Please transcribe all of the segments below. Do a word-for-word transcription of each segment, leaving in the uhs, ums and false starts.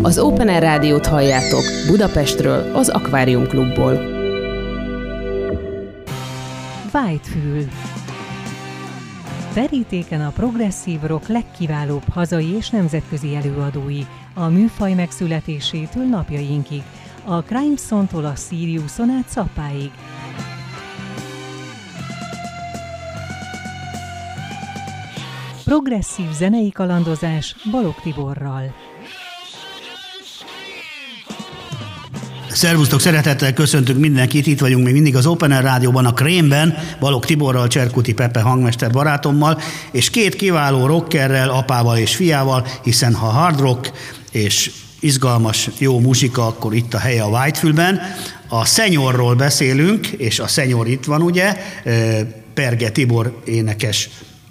Az Open Air Rádiót halljátok Budapestről, az Akvárium Klubból. Whitefül. Terítéken a progresszív rock legkiválóbb hazai és nemzetközi előadói, a műfaj megszületésétől napjainkig, a Crimeson-tól a Siriuson át Zappáig. Progresszív zenei kalandozás Balogh Tiborral. Szervusztok, szeretettel köszöntünk mindenkit, itt vagyunk még mindig az Open Air Rádióban, a Krémben, Balogh Tiborral, Cserkuti Pepe hangmester barátommal, és két kiváló rockerrel, apával és fiával, hiszen ha hard rock és izgalmas, jó muzsika, akkor itt a helye a Whitefülben. A Szenyorról beszélünk, és a Szenyor itt van, ugye, Perge Tibor énekes,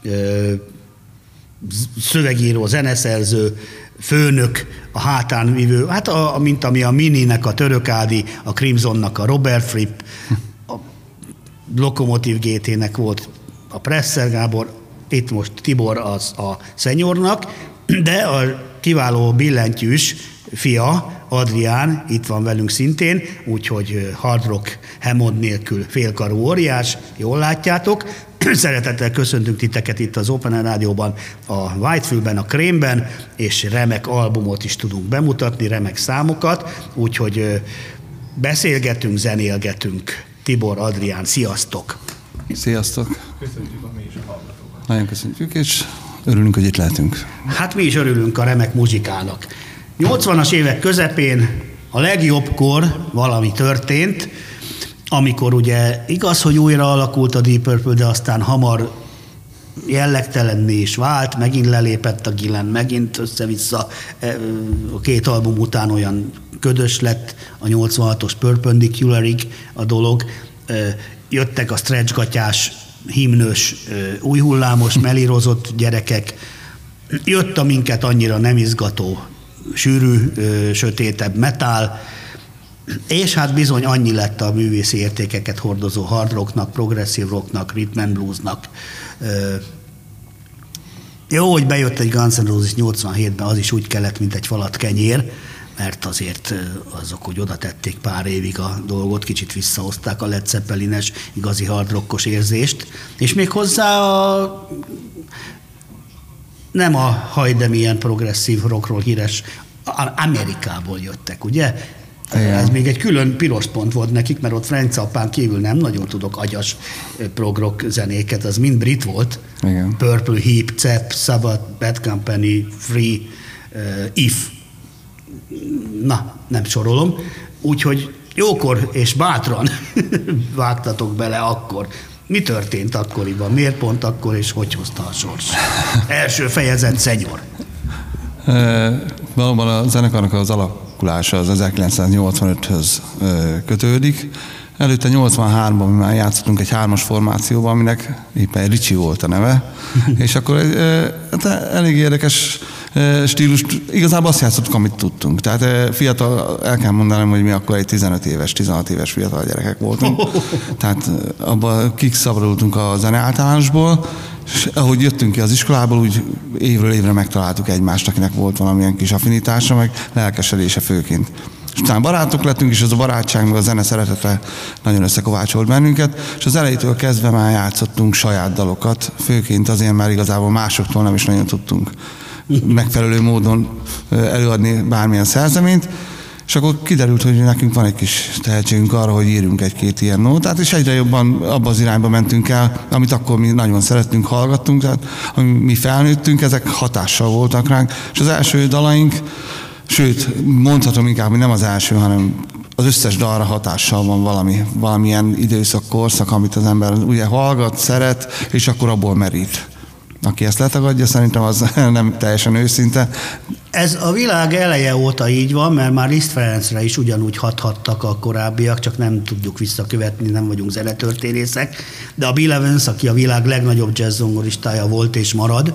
szövegíró, zeneszerző, főnök, a hátán vívő, hát a, mint ami a Mininek a Török Ádi, a Crimsonnak a Robert Fripp, a Lokomotív gé té-nek volt a Presser Gábor, itt most Tibor az a Szenyornak, de a kiváló billentyűs fia, Adrián, itt van velünk szintén, úgyhogy hard rock Hammond nélkül félkarú óriás, jól látjátok. Szeretettel köszöntünk titeket itt az Open Air Rádióban, a Whitefülben, a Krémben, és remek albumot is tudunk bemutatni, remek számokat, úgyhogy beszélgetünk, zenélgetünk. Tibor, Adrián, sziasztok! Sziasztok! Köszöntjük a mi is a hallgatókat. Nagyon köszöntjük, és örülünk, hogy itt lehetünk. Hát mi is örülünk a remek muzsikának. nyolcvanas évek közepén a legjobbkor valami történt, amikor ugye igaz, hogy újra alakult a Deep Purple, de aztán hamar jellegtelenné is vált, megint lelépett a Gillan, megint össze-vissza, a két album után olyan ködös lett a nyolcvanhatos Perpendicularig a dolog, jöttek a stretchgatyás, himnős, új hullámos, melírozott gyerekek, jött a minket annyira nem izgató, sűrű, sötétebb metal, és hát bizony annyi lett a művészi értékeket hordozó hard rocknak, progresszív rocknak, rhythm and bluesnak. Jó, hogy bejött egy Guns N' Roses nyolcvanhétben, az is úgy kellett, mint egy falat kenyér, mert azért azok, hogy oda tették pár évig a dolgot, kicsit visszahozták a Led Zeppelines igazi hard rockos érzést, és még hozzá a nem a hajdem ilyen progresszív rockról híres, Amerikából jöttek, ugye? Igen. Ez még egy külön piros pont volt nekik, mert ott Frank Zappán kívül nem nagyon tudok agyas prog-rock zenéket, az mind brit volt. Igen. Purple Heap, Zepp, Sabbath, Bad Company, Free, uh, If. Na, nem sorolom. Úgyhogy jókor és bátran vágtatok bele akkor. Mi történt akkoriban? Miért pont akkor, és hogy hozta a sors? Első fejezet, Szenyor. E, valóban a zenekarnak az alakulása az ezerkilencszáznyolcvanöthöz kötődik. Előtte nyolcvanháromban mi már játszottunk egy hármas formációban, aminek éppen Ricsi volt a neve, és akkor egy hát elég érdekes stílust, igazából azt játszottuk, amit tudtunk. Tehát fiatal, el kell mondanom, hogy mi akkor egy tizenöt éves, tizenhat éves fiatal gyerekek voltunk. Tehát abban kikszabadultunk a zene általánosból, és ahogy jöttünk ki az iskolából, úgy évről évre megtaláltuk egymást, akinek volt valamilyen kis affinitása, meg lelkesedése főként. És utána barátok lettünk, és ez a barátság, meg a zene szeretete nagyon összekovácsolt bennünket, és az elejétől kezdve már játszottunk saját dalokat, főként azért, mert igazából másoktól nem is nagyon tudtunk megfelelő módon előadni bármilyen szerzeményt, és akkor kiderült, hogy nekünk van egy kis tehetségünk arra, hogy írjunk egy-két ilyen nótát, és egyre jobban abba az irányba mentünk el, amit akkor mi nagyon szerettünk, hallgattunk, tehát mi felnőttünk, ezek hatással voltak ránk, és az első dalaink, sőt, mondhatom inkább, hogy nem az első, hanem az összes dalra hatással van valami, valamilyen időszak, korszak, amit az ember ugye hallgat, szeret, és akkor abból merít. Aki ezt letagadja, szerintem az nem teljesen őszinte. Ez a világ eleje óta így van, mert már Liszt Ferencre is ugyanúgy hathattak a korábbiak, csak nem tudjuk visszakövetni, nem vagyunk zenetörténészek. De a Bill Evans, aki a világ legnagyobb jazz zongoristája volt és marad,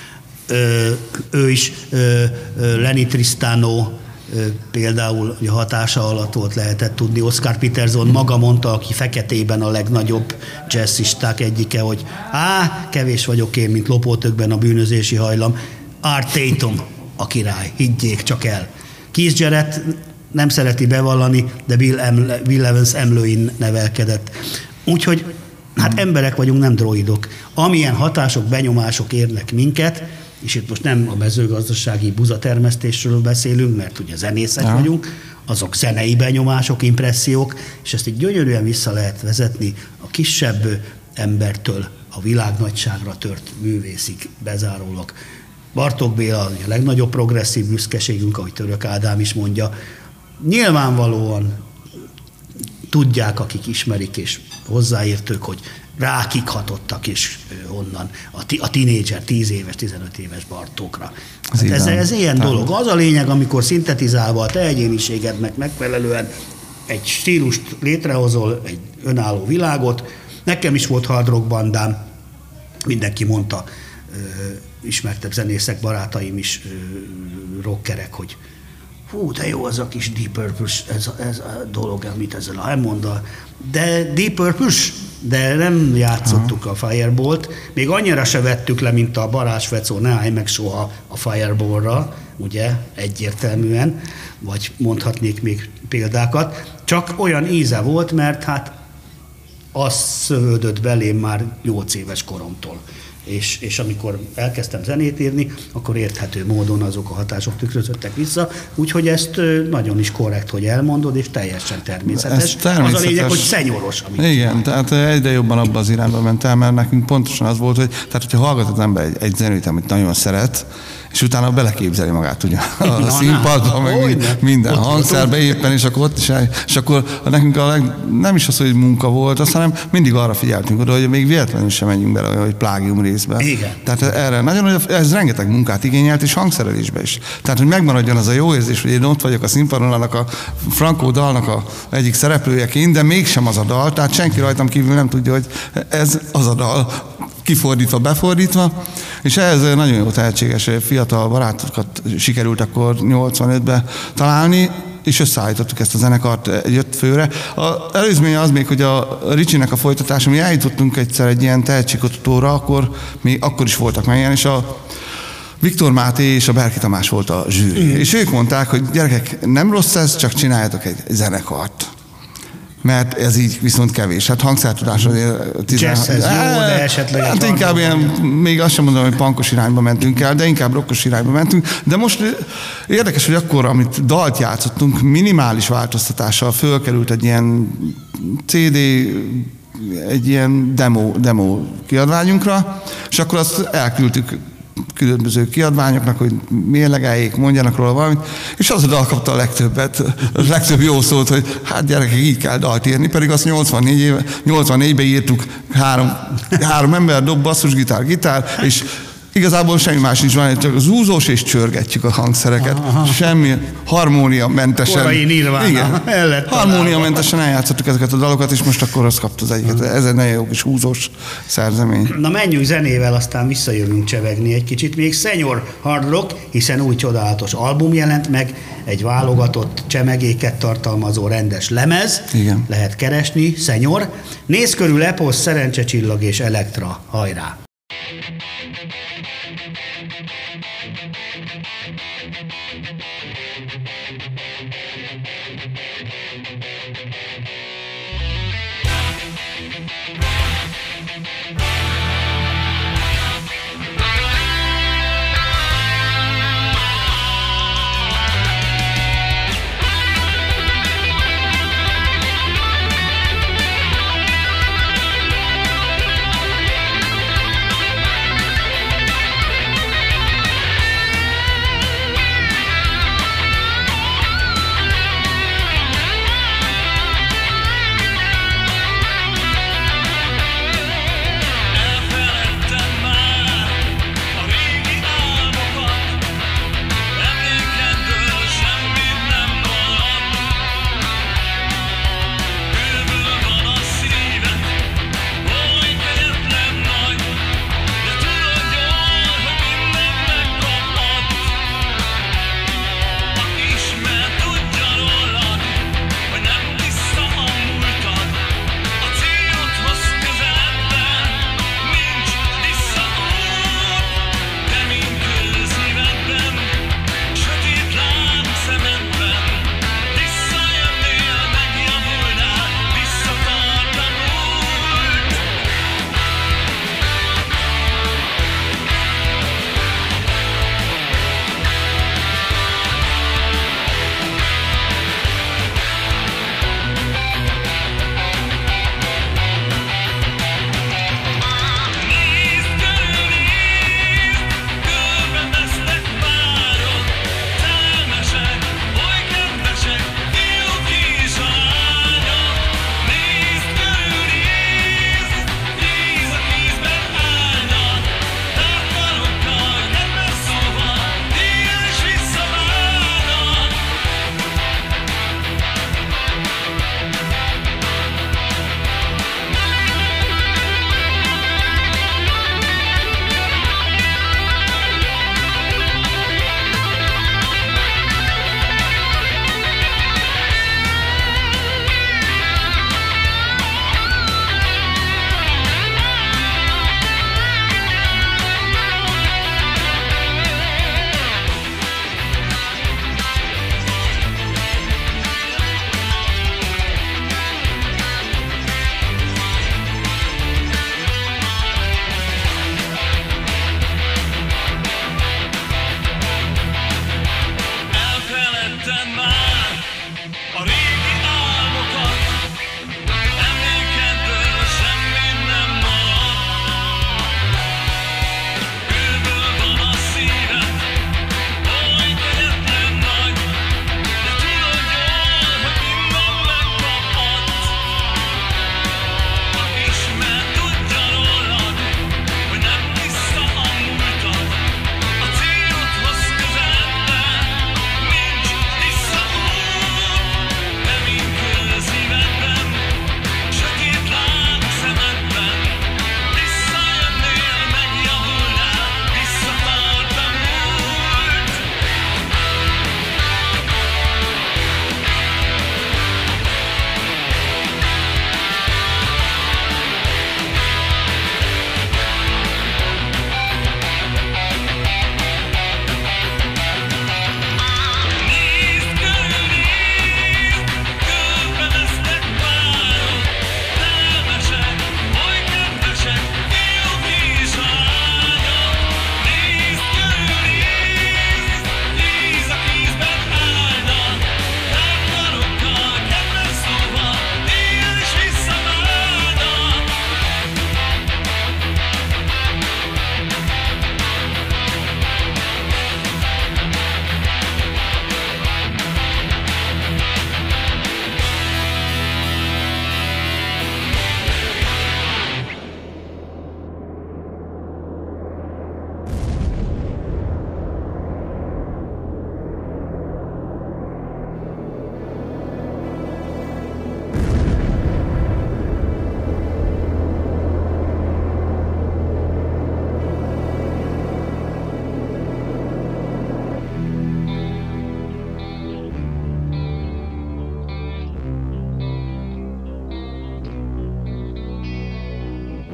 ő is, Lenny Tristano például a hatása alatt volt, lehetett tudni. Oscar Peterson maga mondta, aki feketében a legnagyobb jazzisták egyike, hogy á, kevés vagyok én, mint lopótökben a bűnözési hajlam. Art Tatum a király, higgyék csak el. Keith Jarrett nem szereti bevallani, de Bill, Em- Bill Evans emlőin nevelkedett. Úgyhogy hát emberek vagyunk, nem droidok. Amilyen hatások, benyomások érnek minket, és itt most nem a mezőgazdasági buzatermesztésről beszélünk, mert ugye zenészek ja. vagyunk, azok zenei benyomások, impressziók, és ezt így gyönyörűen vissza lehet vezetni a kisebb embertől a világnagyságra tört művészig bezárólag. Bartók Béla a legnagyobb progresszív büszkeségünk, ahogy Török Ádám is mondja. Nyilvánvalóan tudják, akik ismerik és hozzáértők, hogy rákik hatottak is honnan a, ti, a tinédzser, tíz éves, tizenöt éves Bartókra. Hát ez, ez ilyen Tehát. dolog. Az a lényeg, amikor szintetizálva a te egyéniségednek megfelelően egy stílust létrehozol, egy önálló világot. Nekem is volt hard rock bandám, mindenki mondta, ö, ismertebb zenészek, barátaim is ö, rockerek, hogy hú, de jó az a kis Deep Purple, ez, ez a dolog, amit ezzel a Hammonddal. De Deep Purple, de nem játszottuk Aha. a Firebolt. Még annyira se vettük le, mint a Balázs Fecó, ne állj meg soha a Fireballra, ugye, egyértelműen, vagy mondhatnék még példákat. Csak olyan íze volt, mert hát az szövődött belém már nyolc éves koromtól. És, és amikor elkezdtem zenét írni, akkor érthető módon azok a hatások tükrözöttek vissza, úgyhogy ezt nagyon is korrekt, hogy elmondod, és teljesen természetes. természetes. Az a lényeg, hogy szenyoros. Amit Igen, csinál. Tehát egyre jobban abban az irányba ment el, mert nekünk pontosan az volt, hogy tehát, hogyha hallgat az ember egy, egy zenét, amit nagyon szeret, és utána beleképzeli magát ugye a na, színpadban, meg oh, minden, minden hangszerbe éppen, és akkor ott is el, és akkor nekünk a leg, nem is az, hogy munka volt, azt, hanem mindig arra figyeltünk oda, hogy még véletlenül sem menjünk bele olyan, hogy plágium részbe. Igen. Tehát erre nagyon, ez rengeteg munkát igényelt, és hangszerelésbe is. Tehát, hogy megmaradjon az a jó érzés, hogy én ott vagyok a színpadon, annak a Frankó dalnak a egyik szereplőjeként, de mégsem az a dal, tehát senki rajtam kívül nem tudja, hogy ez az a dal, kifordítva, befordítva, és ehhez nagyon jó tehetséges fiatal barátokat sikerült akkor nyolcvanötben találni, és összeállítottuk ezt a zenekart egy öt főre. Az előzménye az még, hogy a Ricsinek a folytatása, mi eljutottunk egyszer egy ilyen tehetségkutatóra, akkor, még akkor is voltak meg ilyen, és a Viktor Máté és a Berki Tamás volt a zsűri. Mm. És ők mondták, hogy gyerekek, nem rossz ez, csak csináljatok egy zenekart. Mert ez így viszont kevés. Hát hangszertudás azért... Jazzhez jó, de esetleg... Hát inkább ilyen, még azt sem mondom, hogy punkos irányba mentünk el, de inkább rockos irányba mentünk. De most érdekes, hogy akkor, amit dalt játszottunk, minimális változtatással fölkerült egy ilyen cé dé, egy ilyen demo, demo kiadványunkra, és akkor azt elküldtük különböző kiadványoknak, hogy mérlegeljék, mondjanak róla valamit, és az a dal kapta a legtöbbet, a legtöbb jó szót, hogy hát gyerekek, így kell dalt írni, pedig azt nyolcvannégy éve, nyolcvannégyben írtuk három, három ember, dob, basszus, gitár, gitár, és igazából semmi más nincs van, csak zúzós és csörgetjük a hangszereket. Aha. Semmi harmóniamentesen. Korai Nirvana. Harmóniamentesen eljátszottuk ezeket a dalokat, és most akkor azt kapta az egyiket. Ez egy nagyon jó kis húzós szerzemény. Na menjünk zenével, aztán visszajövünk csevegni egy kicsit. Még Senior Hard Rock, hiszen új csodálatos album jelent meg, egy válogatott csemegéket tartalmazó rendes lemez. Igen. Lehet keresni, Senior. Nézz körül Epos, Szerencsecsillag és Elektra. Hajrá!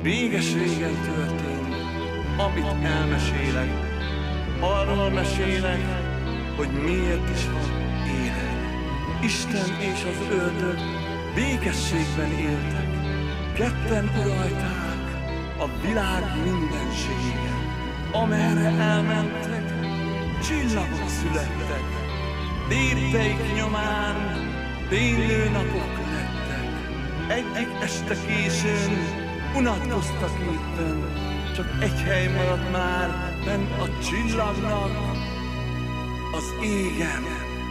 Réges-régen történt, amit elmesélek. Arról mesélek, hogy miért is van élet. Isten és az ördög békességben éltek. Ketten uralták a világ mindenséget. Amerre elmentek, csillagok születtek. Lépteik nyomán fénylő napok lettek. Egyik este későn unatkoztak éppen, csak egy hely maradt már benn a csillagnak az égen.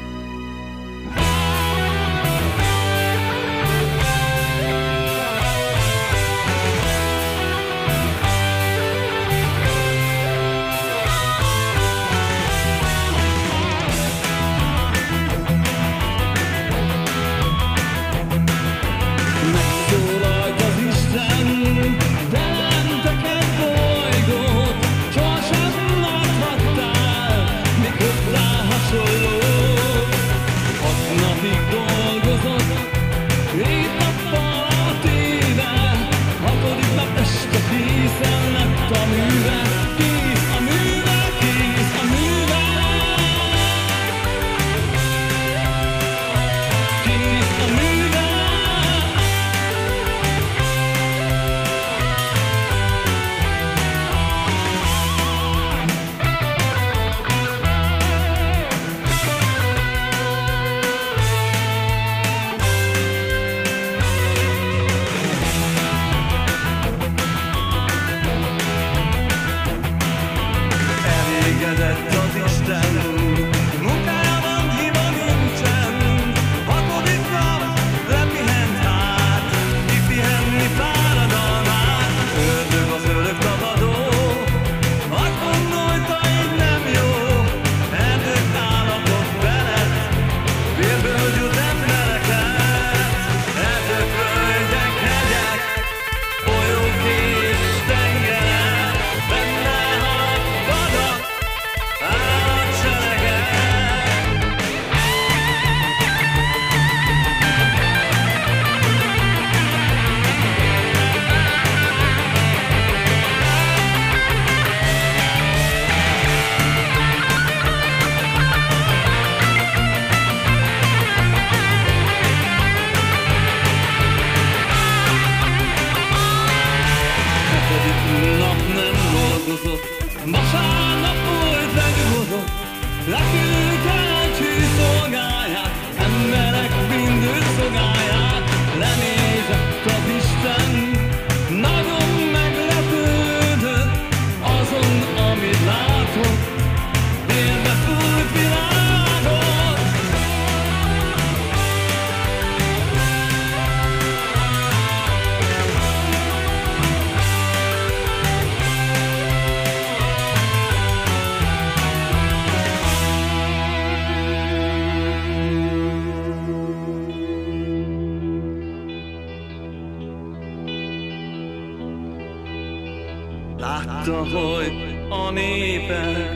Látta, hogy a népek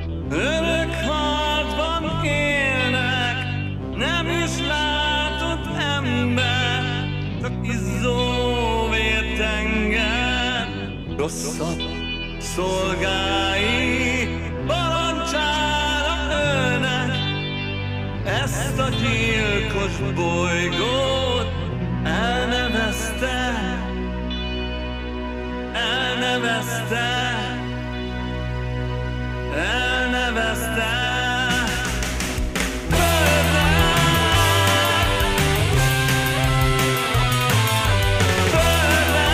örök harcban élnek, nem is látott ember, csak izzó vértenger. Rosszabb szolgái parancsára ölnek, ezt a gyilkos bolygót elnevezte. Elnevezte, elnevezte Földnek, Földnek.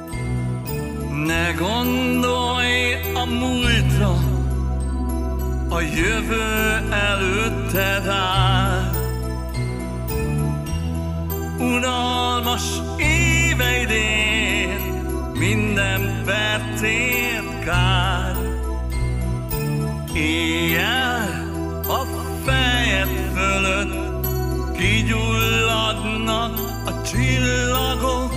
Ne gondolj a múltra, a a jövő előtted áll. Unalmas éveidén minden percét kár. Éjjel a fejed fölött kigyulladnak a csillagok.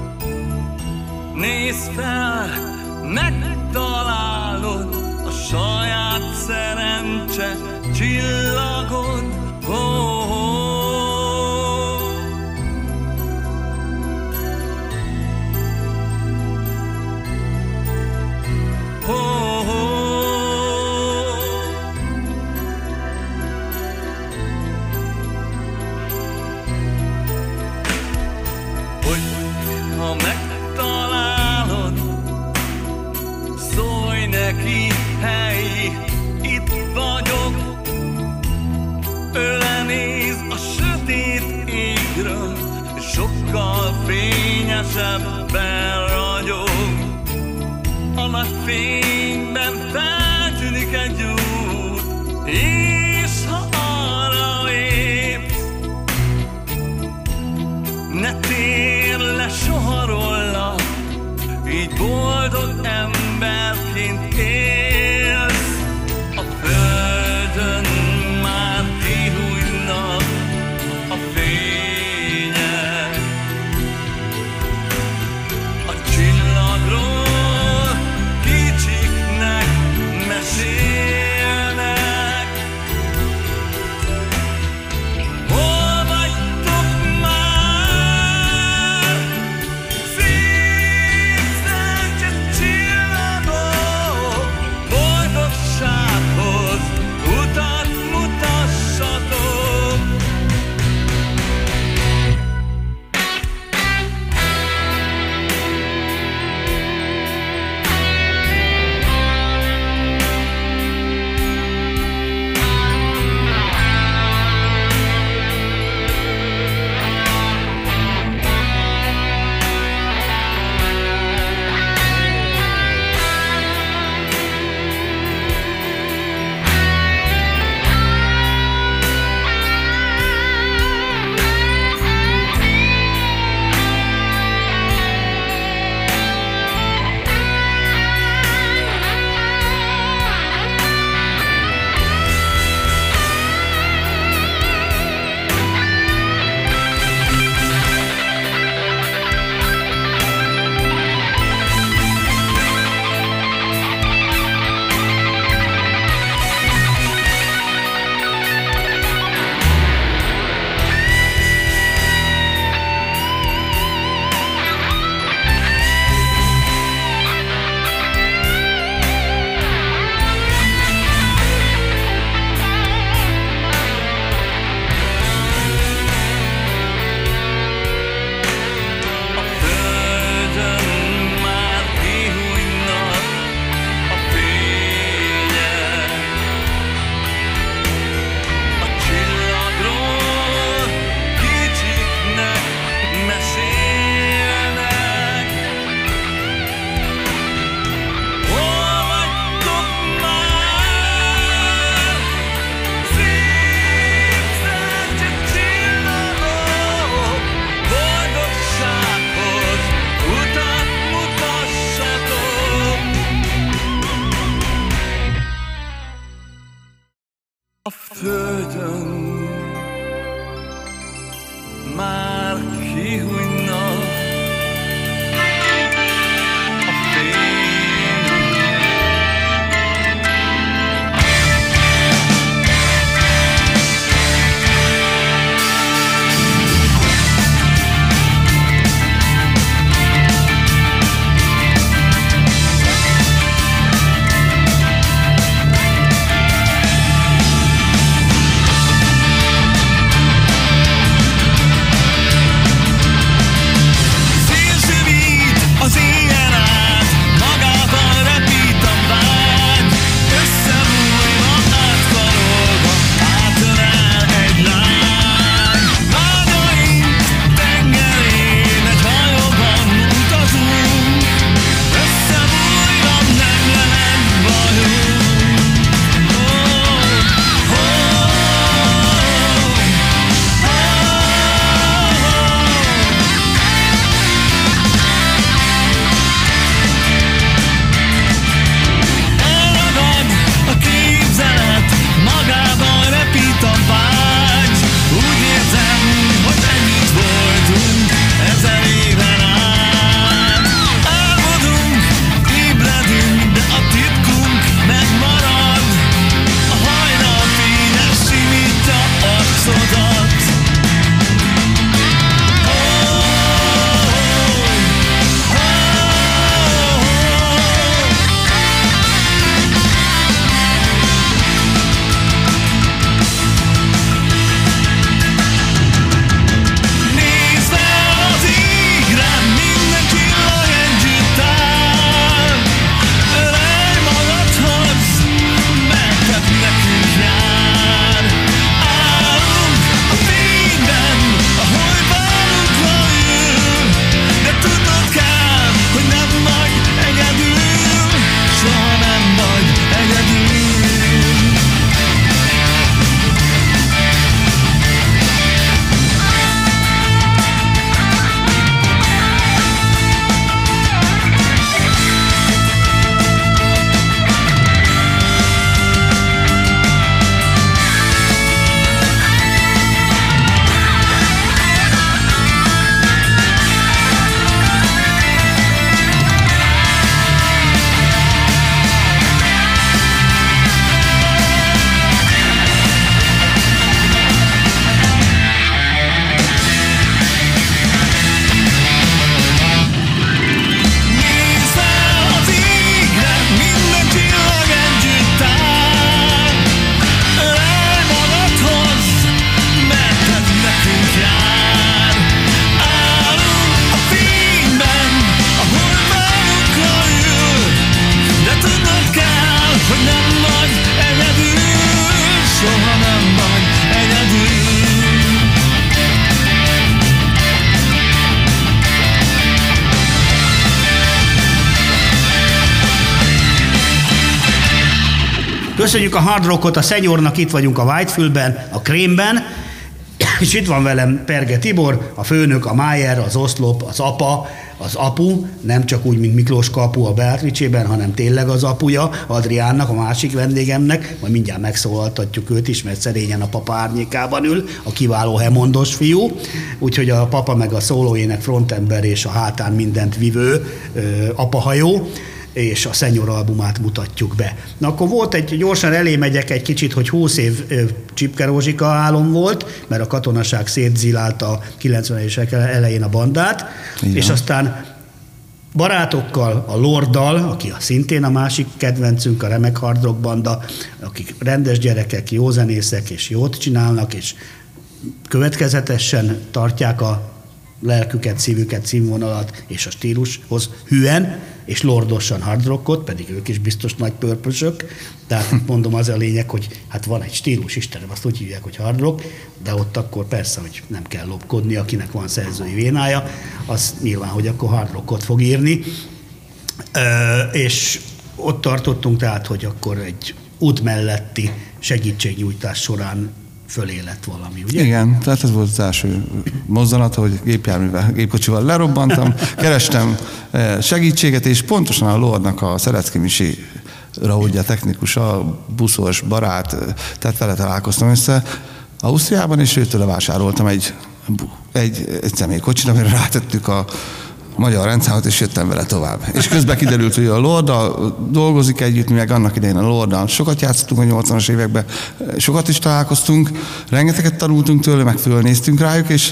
Nézd fel, megtalálod a saját szerencse csillagod. Oh, oh, oh. Oh, oh. Hogy ha megtalálod, szólj neki, hey, itt vagyok. Ő lenéz a sötét égről, és sokkal fényesebben ragyog. A nagy fényben feltűnik egy út, és ha arra lépsz, ne térj le soha róla, így boldog emberként élsz. A földön már kihújnak a fények, a csillagról kicsiknek mesélnek. Hol vagytok már, szép szerencse csillagok? Köszönjük a hard rockot, a Szenyornak, itt vagyunk a Whitefield-ben, a Krémben, és itt van velem Perge Tibor, a főnök, a Májer, az oszlop, az apa, az apu, nem csak úgy, mint Miklóska apu a Beatrice-ben, hanem tényleg az apuja, Adriánnak, a másik vendégemnek, majd mindjárt megszólaltatjuk őt is, mert szerényen a papa árnyékában ül, a kiváló hemondos fiú, úgyhogy a papa meg a szólóének frontember és a hátán mindent vivő ö, apahajó, és a Szenyor albumát mutatjuk be. Na akkor volt egy, gyorsan elé megyek egy kicsit, hogy húsz év Csipke Rózsika álom volt, mert a katonaság szétzilálta a kilencvenes évek elején a bandát, igen. És aztán barátokkal, a Lorddal, aki szintén a másik kedvencünk, a remek hard rock banda, akik rendes gyerekek, jó zenészek, és jót csinálnak, és következetesen tartják a lelküket, szívüket, színvonalat és a stílushoz hűen, és lordosan hard rockot, pedig ők is biztos nagy pörpösök. Tehát mondom, az a lényeg, hogy hát van egy stílus, Istenem, azt úgy hívják, hogy hard rock, de ott akkor persze, hogy nem kell lopkodni, akinek van szerzői vénája, az nyilván, hogy akkor hard rockot fog írni. Ö, és ott tartottunk tehát, hogy akkor egy út melletti segítségnyújtás során fölé lett valami, ugye? Igen, tehát ez volt az első mozzanat, hogy gépjárművel, gépkocsival lerobbantam, kerestem segítséget, és pontosan a Lordnak a Szerecki Misi Raudja technikusa, buszos, barát, tehát vele találkoztam össze Ausztriában, és őtől vásároltam egy, egy, egy személykocsit, amire rátettük a magyar rendszámot, és jöttem vele tovább. És közben kiderült, hogy a Lorddal dolgozik együtt, mi meg annak idején a Lorddal sokat játszottunk a nyolcvanas években, sokat is találkoztunk, rengeteget tanultunk tőle, meg fölnéztünk rájuk, és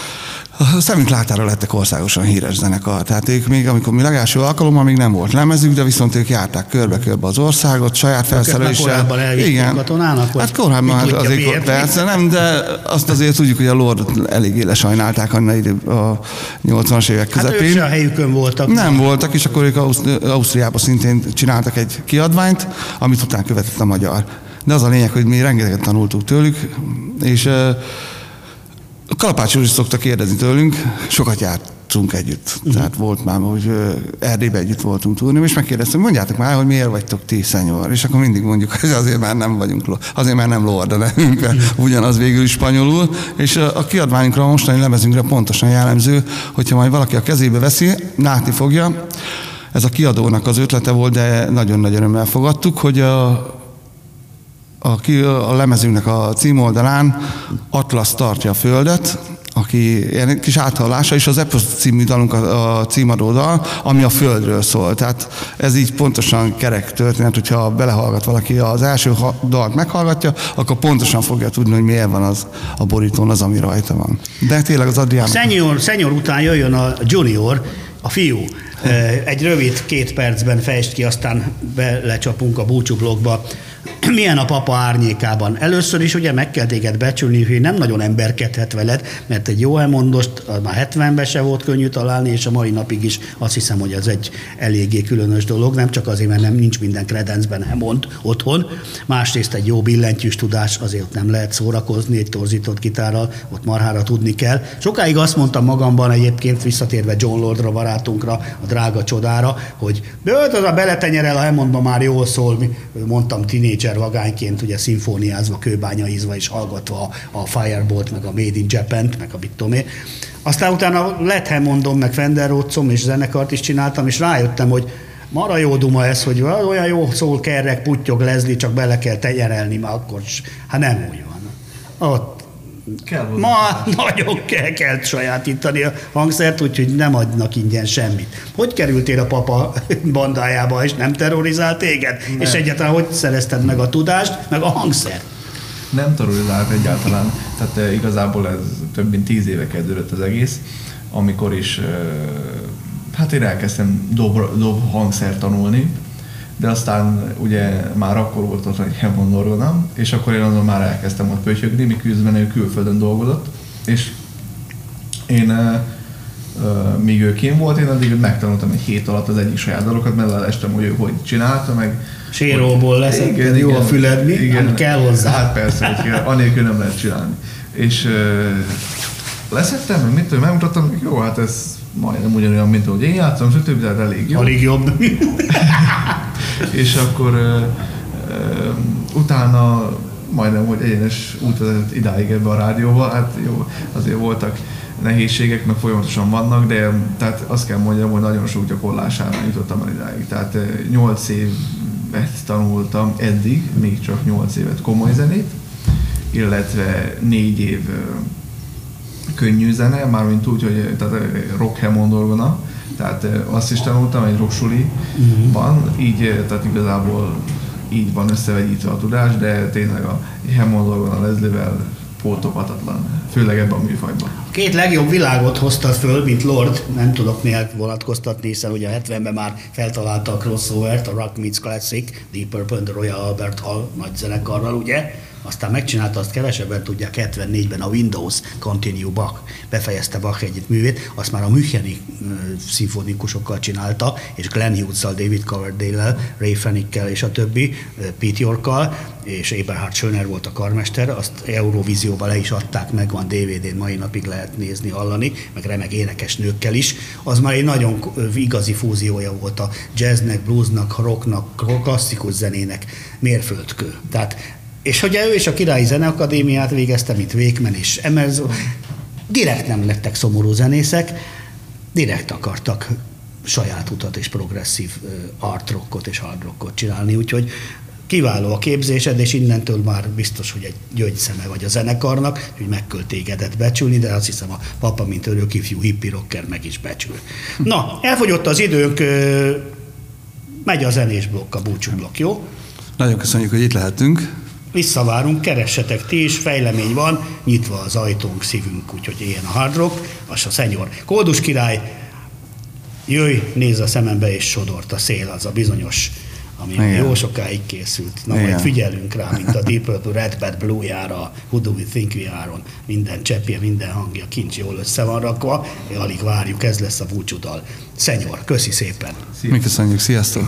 a szemünk látára lettek országosan híres zenekar. Tehát ők még, amikor mi legelső alkalommal még nem volt lemezük, de viszont ők járták körbe-körbe az országot, saját felszereléssel. Korábban elvitték katonának? Hát korábban hát azért persze nem, de azt azért tudjuk, hogy a Lord eléggé lesajnálták a nyolcvanas évek közepén. Hát ők se a helyükön voltak. Nem voltak, és akkor ők Ausztriában szintén csináltak egy kiadványt, amit után követett a magyar. De az a lényeg, hogy mi rengeteget tanultuk tőlük, és Kalapács úr is szokta kérdezni tőlünk, sokat jártunk együtt. Uh-huh. Tehát volt már, hogy Erdélyben együtt voltunk túlni, és megkérdeztem, mondjátok már, hogy miért vagytok ti, Szenyor? És akkor mindig mondjuk, hogy azért már nem vagyunk, azért már nem Lord a nevünk, uh-huh. ugyanaz végül is spanyolul. És a kiadványunkra, a mostani lemezünkre pontosan jellemző, hogyha majd valaki a kezébe veszi, látni fogja. Ez a kiadónak az ötlete volt, de nagyon nagy örömmel fogadtuk, hogy a A, a lemezünknek a címoldalán Atlasz tartja a földet, aki ilyen kis áthallása, és az Epos című dalunk a, a címadó dal, ami a földről szól. Tehát ez így pontosan kerek történet, hogyha belehallgat valaki az első dalt meghallgatja, akkor pontosan fogja tudni, hogy miért van az a borítón az, ami rajta van. De tényleg az Adrián... Senior, senior után jöjjön a junior, a fiú. Egy rövid két percben fejtsd ki, aztán belecsapunk a búcsúblogba. Milyen a papa árnyékában? Először is ugye meg kell téged becsülni, hogy nem nagyon emberkedhet veled, mert egy jó elmondost már hetvenben se volt könnyű találni, és a mai napig is azt hiszem, hogy ez egy eléggé különös dolog, nem csak azért, mert nem nincs minden kredencben Hammond otthon, másrészt egy jó billentyűs tudás, azért nem lehet szórakozni egy torzított gitárral, ott marhára tudni kell. Sokáig azt mondtam magamban egyébként, visszatérve John Lordra, barátunkra, a drága csodára, hogy az a beletenyerel a Hammondban már jól szól, mondtam tínédzser vagányként, ugye szimfóniázva, kőbányaizva és hallgatva a, a Firebolt, meg a Made in Japan-t, meg a mit tudom én. Aztán utána lett Hammondom, meg Fender Rhodeszom, és zenekart is csináltam, és rájöttem, hogy mara jó duma ez, hogy olyan jó szól, kerrek, puttyog, Leslie, csak bele kell tenyerelni, már akkor is. Hát nem úgy van. Ott kell ma nagyon kell, kell sajátítani a hangszert, úgyhogy nem adnak ingyen semmit. Hogy kerültél a papa bandájába, és nem terrorizált téged? Nem. És egyáltalán hogy szerezted meg a tudást, meg a hangszert? Nem terrorizált egyáltalán. Tehát igazából ez több mint tíz éve kezdődött az egész, amikor is hát én elkezdtem dob, dob hangszert tanulni, de aztán ugye már akkor volt ott egy Hammond orgonam, és akkor én azon már elkezdtem ott pötyögni, miközben ő külföldön dolgozott, és én, uh, uh, míg ő kint volt, én addig megtanultam egy hét alatt az egyik saját dalokat, mert lelestem, hogy ő hogy csinálta, meg... Séróból lesz, igen, jó igen, a füled, mi? Igen, kell hozzá. Hát persze, hogy kell, anélkül nem lehet csinálni. És uh, leszettem, meg mit tudom, megmutattam, jó, hát ez majdnem ugyanolyan, mint ahogy én játszom, és több, tehát elég jó. Alig jobb. És akkor Utána majdnem, hogy egyenes út vezetett idáig ebbe a rádióba, hát jó, azért voltak nehézségek, meg folyamatosan vannak, de tehát azt kell mondjam, hogy nagyon sok gyakorlás árán jutottam el idáig. Tehát nyolc évet tanultam eddig, még csak nyolc évet komoly zenét, illetve négy év könnyű zene, mármint úgy, hogy tehát rock Hammond orgona, tehát azt is tanultam egy rocksuliban, uh-huh. így, tehát igazából így van összevegyítve a tudás, de tényleg a Hammond orgona Leslie-vel pótolhatatlan, főleg ebben a műfajban. Két legjobb világot hoztad föl, mint Lord, nem tudok néha vonatkoztatni, hiszen ugye a hetvenben már feltalálta a crossovert, a Rock Meets Classic, Deep Purple and the Royal Albert Hall nagy zenekarral, ugye? Aztán megcsinálta, azt kevesebben tudják, hetvennégyben a Windows Continue Bach, befejezte Bach együtt művét, azt már a Müncheni uh, szimfonikusokkal csinálta, és Glenn Hughes-szal, David Coverdale-lel, Ray Fennickkel és a többi, uh, Pete York-kal, és Eberhard Schöner volt a karmester, azt Eurovízióval le is adták, meg van dé vé dén, mai napig lehet nézni, hallani, meg remek énekes nőkkel is. Az már egy nagyon igazi fúziója volt a jazznek, bluesnak, rocknak, klasszikus zenének, mérföldkő. Tehát és hogy ő és a Királyi Zeneakadémiát végezte, mint Wakeman és Emerson, direkt nem lettek szomorú zenészek, direkt akartak saját utat és progresszív art rockot és hard rockot csinálni, úgyhogy kiváló a képzésed, és innentől már biztos, hogy egy gyöngyszeme vagy a zenekarnak, hogy megkölt tégedet becsülni, de azt hiszem a papa, mint örök ifjú hippi rocker meg is becsül. Na, elfogyott az időnk, megy a zenés blokk, a búcsú blokk, jó? Nagyon köszönjük, hogy itt lehetünk. Visszavárunk, keressetek ti is, fejlemény van, nyitva az ajtónk, szívünk, úgyhogy ilyen a hard rock, az a szenyor. Koldus király, jöjj, nézz a szemembe, és sodort a szél, az a bizonyos, ami igen. Jó sokáig készült. Na igen. Majd figyelünk rá, mint a Deep Purple Red Bad Blue-jára, Who Do We Think We Are-on. Minden cseppje, minden hangja kincs jól össze van rakva, alig várjuk, ez lesz a búcsúdal. Szenyor, köszi szépen! Mi köszönjük, sziasztok!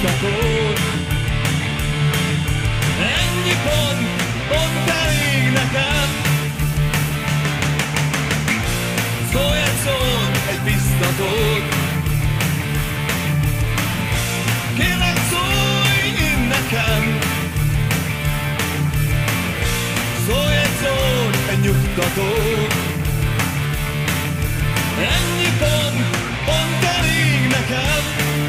nyugtatót. Ennyi pont, pont elég nekem. Szólj egy szót, egy biztatót. Kérlek, szólj én nekem. Szólj egy szót, egy nyugtatót. Ennyi pont, pont elég nekem.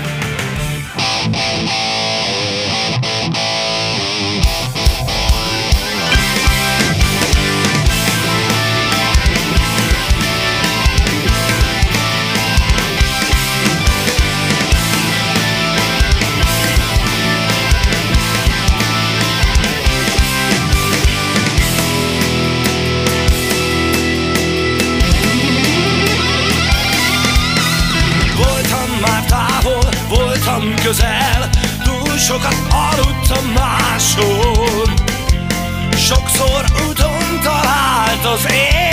Voltam közel, túl sokat aludtam máshol. Sokszor uton talált az ég.